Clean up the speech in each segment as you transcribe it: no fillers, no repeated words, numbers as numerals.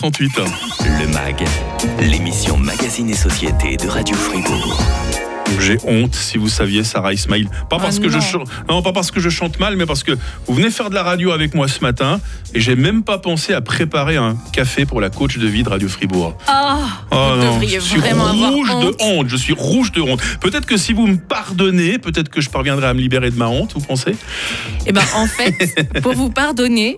38. Le MAG, l'émission Magazine et Société de Radio Fribourg. J'ai honte, si vous saviez, Sarah Ismail. Pas parce que je chante mal, mais parce que vous venez faire de la radio avec moi ce matin et j'ai même pas pensé à préparer un café pour la coach de vie de Radio Fribourg. Vous devriez vraiment avoir honte. Je suis rouge de honte. Peut-être que si vous me pardonnez, peut-être que je parviendrai à me libérer de ma honte, vous pensez ? Eh ben, en fait, pour vous pardonner,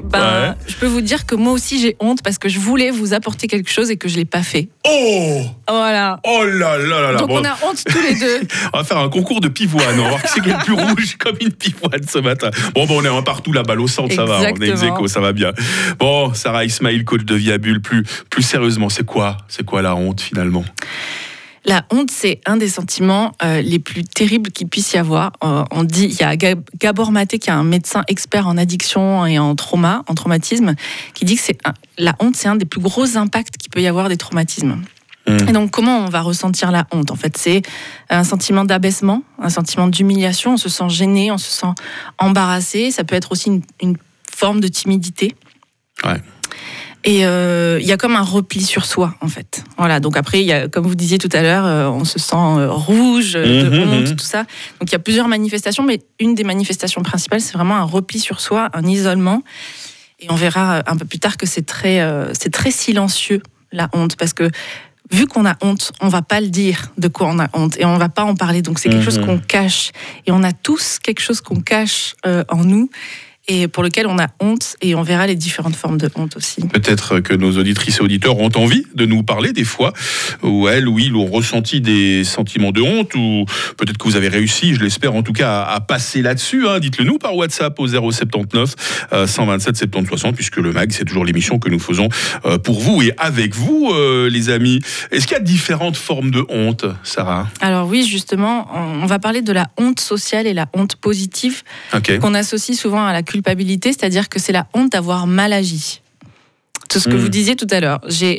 je peux vous dire que moi aussi j'ai honte parce que je voulais vous apporter quelque chose et que je l'ai pas fait. Oh ! Voilà. Oh là là là là. Donc on a honte tous les deux. On va faire un concours de pivoine. On va voir qui c'est qui est le plus rouge comme une pivoine ce matin. Bon, on est un partout, la balle au centre, ça va. On est ex-aequo, ça va bien. Bon, Sarah Ismail, coach de vie à Bulle, plus sérieusement, c'est quoi la honte finalement ? La honte, c'est un des sentiments les plus terribles qu'il puisse y avoir. On dit, il y a Gabor Maté, qui est un médecin expert en addiction et en traumatisme, qui dit que la honte, c'est un des plus gros impacts qu'il peut y avoir des traumatismes. Et donc, comment on va ressentir la honte ? En fait, c'est un sentiment d'abaissement, un sentiment d'humiliation. On se sent gêné, on se sent embarrassé. Ça peut être aussi une forme de timidité. Ouais. Et il y a comme un repli sur soi, en fait. Voilà. Donc après, il y a, comme vous disiez tout à l'heure, on se sent rouge, de honte, tout ça. Donc il y a plusieurs manifestations, mais une des manifestations principales, c'est vraiment un repli sur soi, un isolement. Et on verra un peu plus tard que c'est très silencieux, la honte, parce que vu qu'on a honte, on va pas le dire de quoi on a honte et on va pas en parler. Donc c'est quelque chose qu'on cache. Et on a tous quelque chose qu'on cache en nous et pour lequel on a honte, et on verra les différentes formes de honte aussi. Peut-être que nos auditrices et auditeurs ont envie de nous parler des fois où elles ou ils ont ressenti des sentiments de honte, ou peut-être que vous avez réussi, je l'espère en tout cas, à passer là-dessus. Dites-le nous par WhatsApp au 079 127 70 60, puisque le MAG, c'est toujours l'émission que nous faisons pour vous et avec vous, les amis. Est-ce qu'il y a différentes formes de honte, Sarah ? Alors oui, justement, on va parler de la honte sociale et la honte positive, qu'on associe souvent à la culpabilité, c'est-à-dire que c'est la honte d'avoir mal agi. Tout ce que vous disiez tout à l'heure.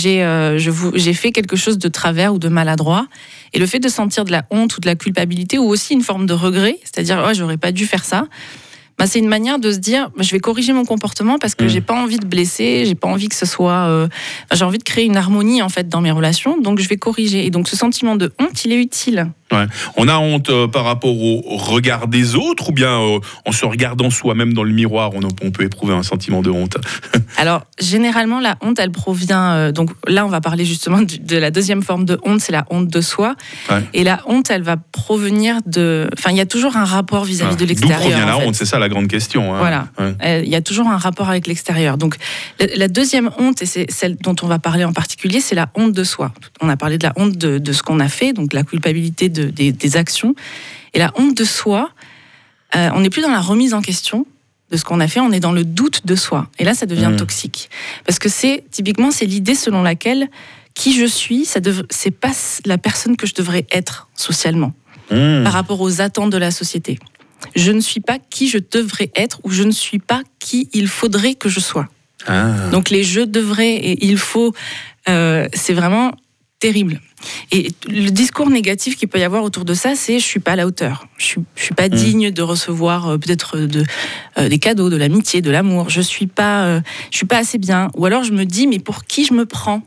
J'ai fait quelque chose de travers ou de maladroit, et le fait de sentir de la honte ou de la culpabilité, ou aussi une forme de regret, c'est-à-dire j'aurais pas dû faire ça, c'est une manière de se dire je vais corriger mon comportement parce que j'ai pas envie de blesser, j'ai pas envie que ce soit j'ai envie de créer une harmonie en fait dans mes relations, donc je vais corriger. Et donc ce sentiment de honte, il est utile. Ouais. On a honte par rapport au regard des autres, ou bien en se regardant soi-même dans le miroir, on peut éprouver un sentiment de honte. Alors, généralement, la honte, elle provient... donc là, on va parler justement de la deuxième forme de honte, c'est la honte de soi. Ouais. Et la honte, elle va provenir de... Enfin, il y a toujours un rapport vis-à-vis de l'extérieur. D'où provient la honte ? C'est ça la grande question. Voilà. Il y a toujours un rapport avec l'extérieur. Donc, la deuxième honte, et c'est celle dont on va parler en particulier, c'est la honte de soi. On a parlé de la honte de ce qu'on a fait, donc la culpabilité des actions. Et la honte de soi, on n'est plus dans la remise en question de ce qu'on a fait, on est dans le doute de soi. Et là, ça devient toxique. Parce que c'est l'idée selon laquelle qui je suis, c'est pas la personne que je devrais être socialement, par rapport aux attentes de la société. Je ne suis pas qui je devrais être, ou je ne suis pas qui il faudrait que je sois. Donc les je devrais et il faut, c'est vraiment terrible. Et le discours négatif qu'il peut y avoir autour de ça, c'est je suis pas à la hauteur, je suis pas digne de recevoir peut-être des cadeaux, de l'amitié, de l'amour, je suis pas assez bien. Ou alors je me dis mais pour qui je me prends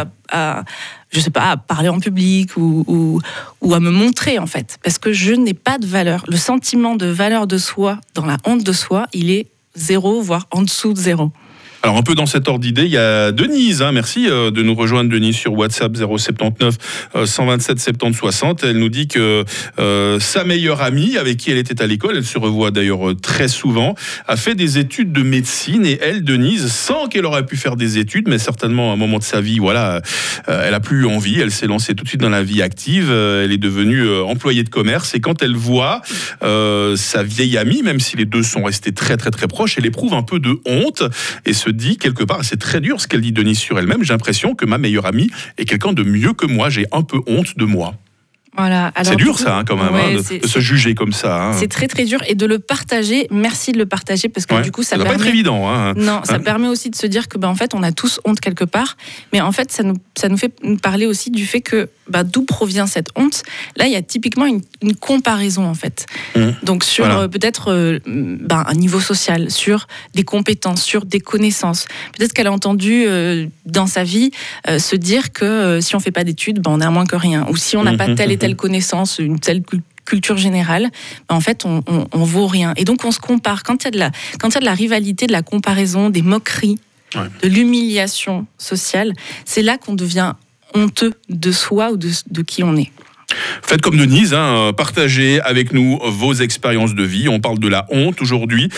je sais pas, à parler en public ou à me montrer en fait, parce que je n'ai pas de valeur. Le sentiment de valeur de soi dans la honte de soi, il est 0, voire en dessous de 0. Alors un peu dans cet ordre d'idée, il y a Denise, merci de nous rejoindre, Denise, sur WhatsApp 079 127 70 60. Elle nous dit que sa meilleure amie, avec qui elle était à l'école, elle se revoit d'ailleurs très souvent, a fait des études de médecine, et elle, Denise, sans qu'elle aurait pu faire des études, mais certainement à un moment de sa vie, elle a plus eu envie, elle s'est lancée tout de suite dans la vie active, elle est devenue employée de commerce, et quand elle voit sa vieille amie, même si les deux sont restés très très très proches, elle éprouve un peu de honte et se dit quelque part, c'est très dur ce qu'elle dit Denise sur elle-même, j'ai l'impression que ma meilleure amie est quelqu'un de mieux que moi, j'ai un peu honte de moi. Voilà. Alors, c'est dur ça quand même, de se juger comme ça. C'est très très dur, et de le partager, merci de le partager, parce que du coup ça doit permet... pas être évident. Non, ça permet aussi de se dire que en fait on a tous honte quelque part, mais en fait ça nous fait parler aussi du fait que d'où provient cette honte. Là, il y a typiquement une comparaison en fait. Donc sur peut-être un niveau social, sur des compétences, sur des connaissances. Peut-être qu'elle a entendu dans sa vie se dire que si on fait pas d'études, on a moins que rien. Ou si on n'a pas telle et telle connaissance, une telle culture générale, en fait, on vaut rien. Et donc, on se compare. Quand il y a de la rivalité, de la comparaison, des moqueries, de l'humiliation sociale, c'est là qu'on devient honteux de soi ou de qui on est. Faites comme Denise, partagez avec nous vos expériences de vie. On parle de la honte aujourd'hui.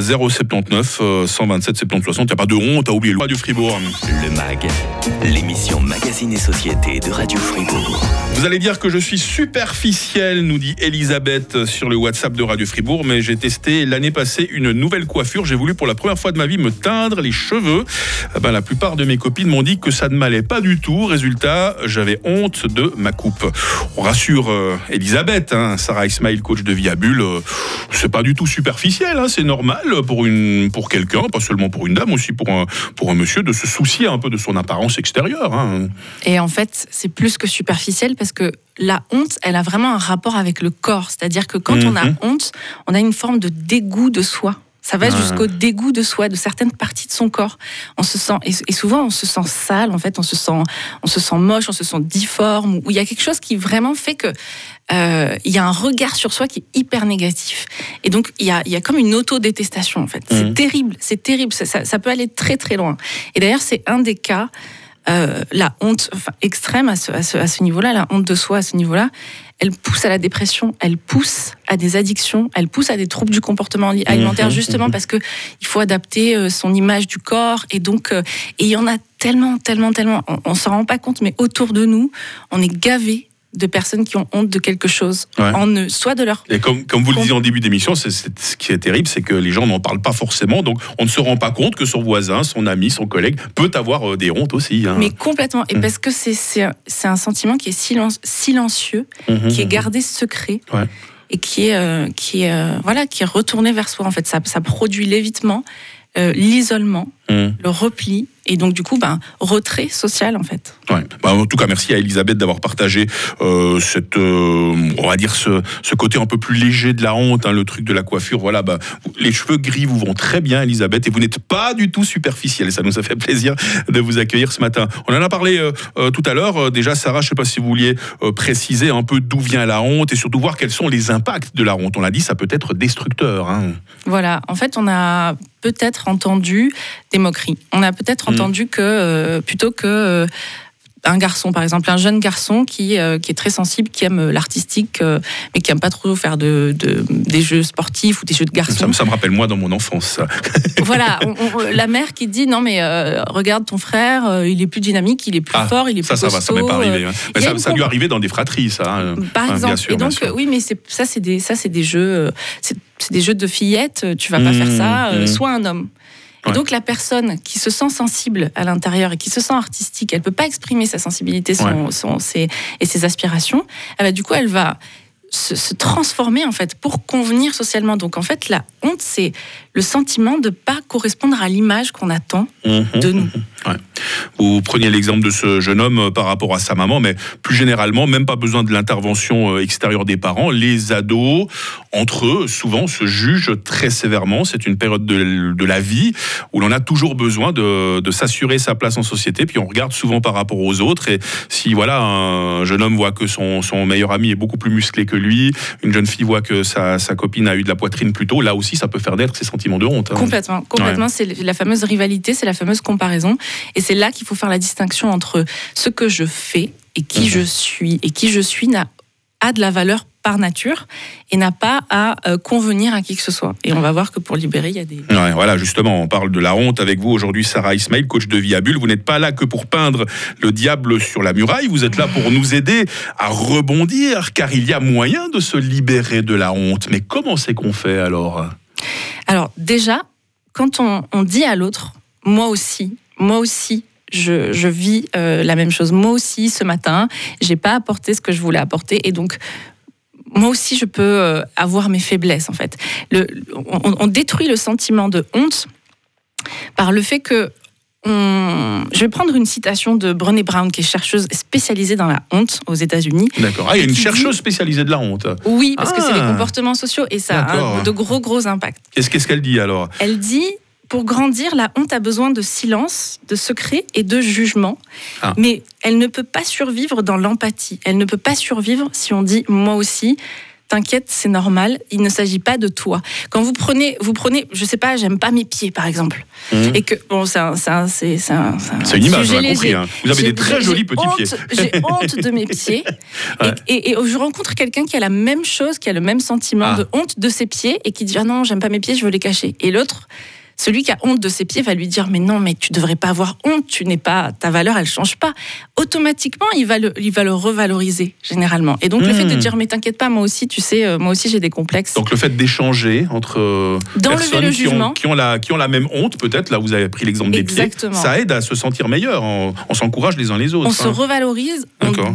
079 127 70 60. Il n'y a pas de honte à oublier. Le Radio Fribourg. Le MAG, l'émission Magazine et Société de Radio Fribourg. Vous allez dire que je suis superficielle, nous dit Elisabeth sur le WhatsApp de Radio Fribourg, mais j'ai testé l'année passée une nouvelle coiffure. J'ai voulu pour la première fois de ma vie me teindre les cheveux. La plupart de mes copines m'ont dit que ça ne m'allait pas du tout. Résultat, j'avais honte de ma coupe. On rassure Elisabeth, Sarah Ismail, coach de Viabule, c'est pas du tout superficiel, c'est normal pour quelqu'un, pas seulement pour une dame, aussi pour un monsieur, de se soucier un peu de son apparence extérieure. Et en fait, c'est plus que superficiel parce que la honte, elle a vraiment un rapport avec le corps. C'est-à-dire que quand on a honte, on a une forme de dégoût de soi. Ça va jusqu'au dégoût de soi, de certaines parties de son corps. On se sent, et souvent on se sent sale, en fait, on se sent moche, on se sent difforme, ou il y a quelque chose qui vraiment fait que il y a un regard sur soi qui est hyper négatif. Et donc il y a comme une autodétestation, en fait. C'est terrible, ça peut aller très très loin. Et d'ailleurs, c'est un des cas, la honte extrême à ce niveau-là, la honte de soi à ce niveau-là, elle pousse à la dépression, elle pousse à des addictions, elle pousse à des troubles du comportement alimentaire, justement parce que il faut adapter son image du corps. Et donc, et il y en a tellement, on s'en rend pas compte, mais autour de nous, on est gavé de personnes qui ont honte de quelque chose en eux, soit de leur... Et comme vous le disiez en début d'émission, ce qui est terrible, c'est que les gens n'en parlent pas forcément, donc on ne se rend pas compte que son voisin, son ami, son collègue peut avoir des hontes aussi. Mais complètement, et parce que c'est un sentiment qui est silencieux, qui est gardé secret, et qui est retourné vers soi. En fait, ça produit l'évitement, l'isolement, le repli, et donc du coup, retrait social en fait. En tout cas, merci à Elisabeth d'avoir partagé on va dire ce côté un peu plus léger de la honte, le truc de la coiffure. Voilà, les cheveux gris vous vont très bien, Elisabeth, et vous n'êtes pas du tout superficielle. Ça nous a fait plaisir de vous accueillir ce matin. On en a parlé tout à l'heure. Déjà, Sarah, je ne sais pas si vous vouliez préciser un peu d'où vient la honte et surtout voir quels sont les impacts de la honte. On l'a dit, ça peut être destructeur. Voilà, en fait, on a peut-être entendu des moqueries. On a peut-être entendu que plutôt que un garçon, par exemple, un jeune garçon qui est très sensible, qui aime l'artistique, mais qui aime pas trop faire des jeux sportifs ou des jeux de garçons. Ça me rappelle moi dans mon enfance, ça. Voilà, la mère qui dit non mais regarde ton frère, il est plus dynamique, il est plus fort, il est plus costaud. Ça m'est pas arrivé. Ça lui est arrivé dans des fratries, ça. Par exemple. Bien sûr, et donc oui, mais c'est des jeux, c'est des jeux de fillettes. Tu vas pas faire ça. Sois un homme. Et donc la personne qui se sent sensible à l'intérieur et qui se sent artistique, elle peut pas exprimer sa sensibilité, ses aspirations. Du coup, elle va se transformer en fait pour convenir socialement. Donc en fait, la honte, c'est le sentiment de pas correspondre à l'image qu'on attend de nous. Vous preniez l'exemple de ce jeune homme par rapport à sa maman, mais plus généralement, même pas besoin de l'intervention extérieure des parents. Les ados, entre eux, souvent se jugent très sévèrement. C'est une période de la vie où l'on a toujours besoin de s'assurer sa place en société, puis on regarde souvent par rapport aux autres. Et si un jeune homme voit que son meilleur ami est beaucoup plus musclé que lui, une jeune fille voit que sa copine a eu de la poitrine plus tôt, là aussi ça peut faire naître ces sentiments de honte. Complètement. C'est la fameuse rivalité, c'est la fameuse comparaison. Et c'est là qu'il faut faire la distinction entre ce que je fais et qui je suis. Et qui je suis a de la valeur par nature et n'a pas à convenir à qui que ce soit. Et on va voir que pour libérer, il y a des... Voilà, justement, on parle de la honte avec vous aujourd'hui, Sarah Ismail, coach de Viabule. Vous n'êtes pas là que pour peindre le diable sur la muraille, vous êtes là pour nous aider à rebondir, car il y a moyen de se libérer de la honte. Mais comment c'est qu'on fait alors ? Alors déjà, quand on dit à l'autre, moi aussi, je vis la même chose. Moi aussi, ce matin, j'ai pas apporté ce que je voulais apporter, et donc moi aussi, je peux avoir mes faiblesses, en fait. On détruit le sentiment de honte par le fait que je vais prendre une citation de Brené Brown, qui est chercheuse spécialisée dans la honte aux États-Unis. D'accord. Ah, il y a une chercheuse spécialisée de la honte. Oui, parce que c'est les comportements sociaux et ça a de gros impacts. Qu'est-ce qu'elle dit alors ? Elle dit, pour grandir, la honte a besoin de silence, de secret et de jugement. Mais elle ne peut pas survivre dans l'empathie. Elle ne peut pas survivre si on dit « moi aussi ». T'inquiète, c'est normal, il ne s'agit pas de toi. Quand vous prenez, je sais pas, j'aime pas mes pieds, par exemple. Et que, bon, c'est une image, on a compris. Hein. Vous avez des très jolis petits pieds. J'ai honte de mes pieds. Ouais. Et je rencontre quelqu'un qui a la même chose, qui a le même sentiment de honte de ses pieds et qui dit « Ah non, j'aime pas mes pieds, je veux les cacher ». Et l'autre, celui qui a honte de ses pieds va lui dire « Mais non, mais tu devrais pas avoir honte, ta valeur, elle change pas ». Automatiquement, il va le revaloriser, généralement. Et donc, le fait de dire « Mais t'inquiète pas, moi aussi, tu sais, moi aussi, j'ai des complexes ». Donc, le fait d'échanger entre personnes qui ont la même honte, peut-être, là, vous avez pris l'exemple des pieds, ça aide à se sentir meilleur. On s'encourage les uns les autres. On se revalorise,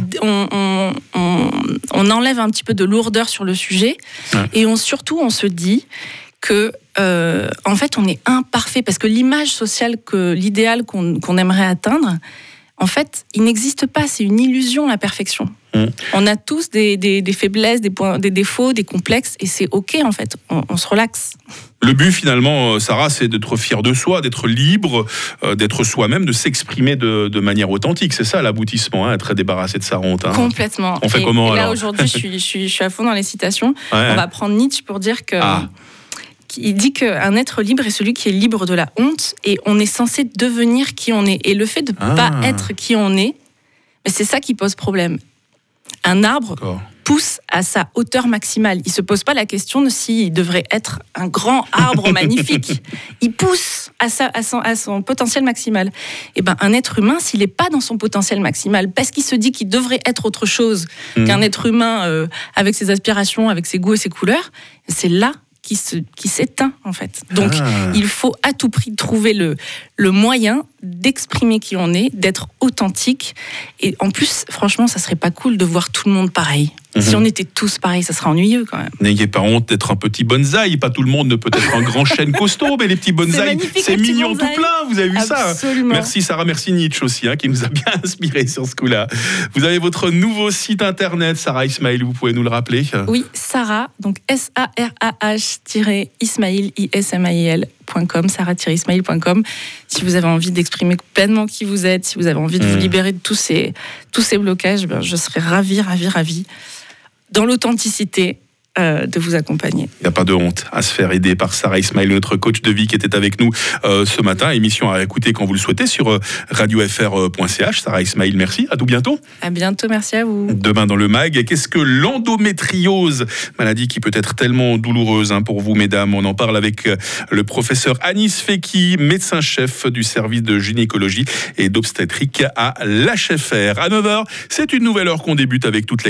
on enlève un petit peu de lourdeur sur le sujet, et surtout, on se dit que en fait on est imparfait parce que l'image sociale, l'idéal qu'on aimerait atteindre, en fait il n'existe pas, c'est une illusion, la perfection. On a tous des faiblesses, des défauts, des complexes et c'est ok en fait, on se relaxe. Le but finalement, Sarah, c'est d'être fier de soi, d'être libre, d'être soi-même, de s'exprimer de manière authentique. C'est ça l'aboutissement, être débarrassé de sa honte. Hein. Complètement. On fait comment alors ? Là aujourd'hui, je suis à fond dans les citations. On va prendre Nietzsche pour dire que... Il dit qu'un être libre est celui qui est libre de la honte et on est censé devenir qui on est. Et le fait de ne pas être qui on est, c'est ça qui pose problème. Un arbre pousse à sa hauteur maximale. Il ne se pose pas la question de s'il devrait être un grand arbre magnifique. Il pousse à son potentiel maximal. Et un être humain, s'il n'est pas dans son potentiel maximal, parce qu'il se dit qu'il devrait être autre chose qu'un être humain avec ses aspirations, avec ses goûts et ses couleurs, c'est là qui s'éteint en fait. Donc il faut à tout prix trouver le moyen d'exprimer qui on est, d'être authentique. Et en plus, franchement, ça serait pas cool de voir tout le monde pareil. Si on était tous pareils, ça serait ennuyeux quand même. N'ayez pas honte d'être un petit bonsaï. Pas tout le monde ne peut être un grand chêne costaud, mais les petits bonsaïs, c'est mignon tout plein. Vous avez vu ça ? Merci Sarah, merci Nietzsche aussi, qui nous a bien inspiré sur ce coup-là. Vous avez votre nouveau site internet, Sarah Ismail, vous pouvez nous le rappeler ? Oui, Sarah, donc sarah-ismail.com, sarah-ismail.com. Si vous avez envie d'exprimer pleinement qui vous êtes, si vous avez envie de vous libérer de tous ces blocages, je serais ravie dans l'authenticité de vous accompagner. Il n'y a pas de honte à se faire aider par Sarah Ismail, notre coach de vie qui était avec nous ce matin. Émission à écouter quand vous le souhaitez sur radiofr.ch. Sarah Ismail, merci. À tout bientôt. À bientôt, merci à vous. Demain dans le MAG, qu'est-ce que l'endométriose ? Maladie qui peut être tellement douloureuse pour vous, mesdames. On en parle avec le professeur Anis Fekki, médecin-chef du service de gynécologie et d'obstétrique à l'HFR. À 9h, c'est une nouvelle heure qu'on débute avec toute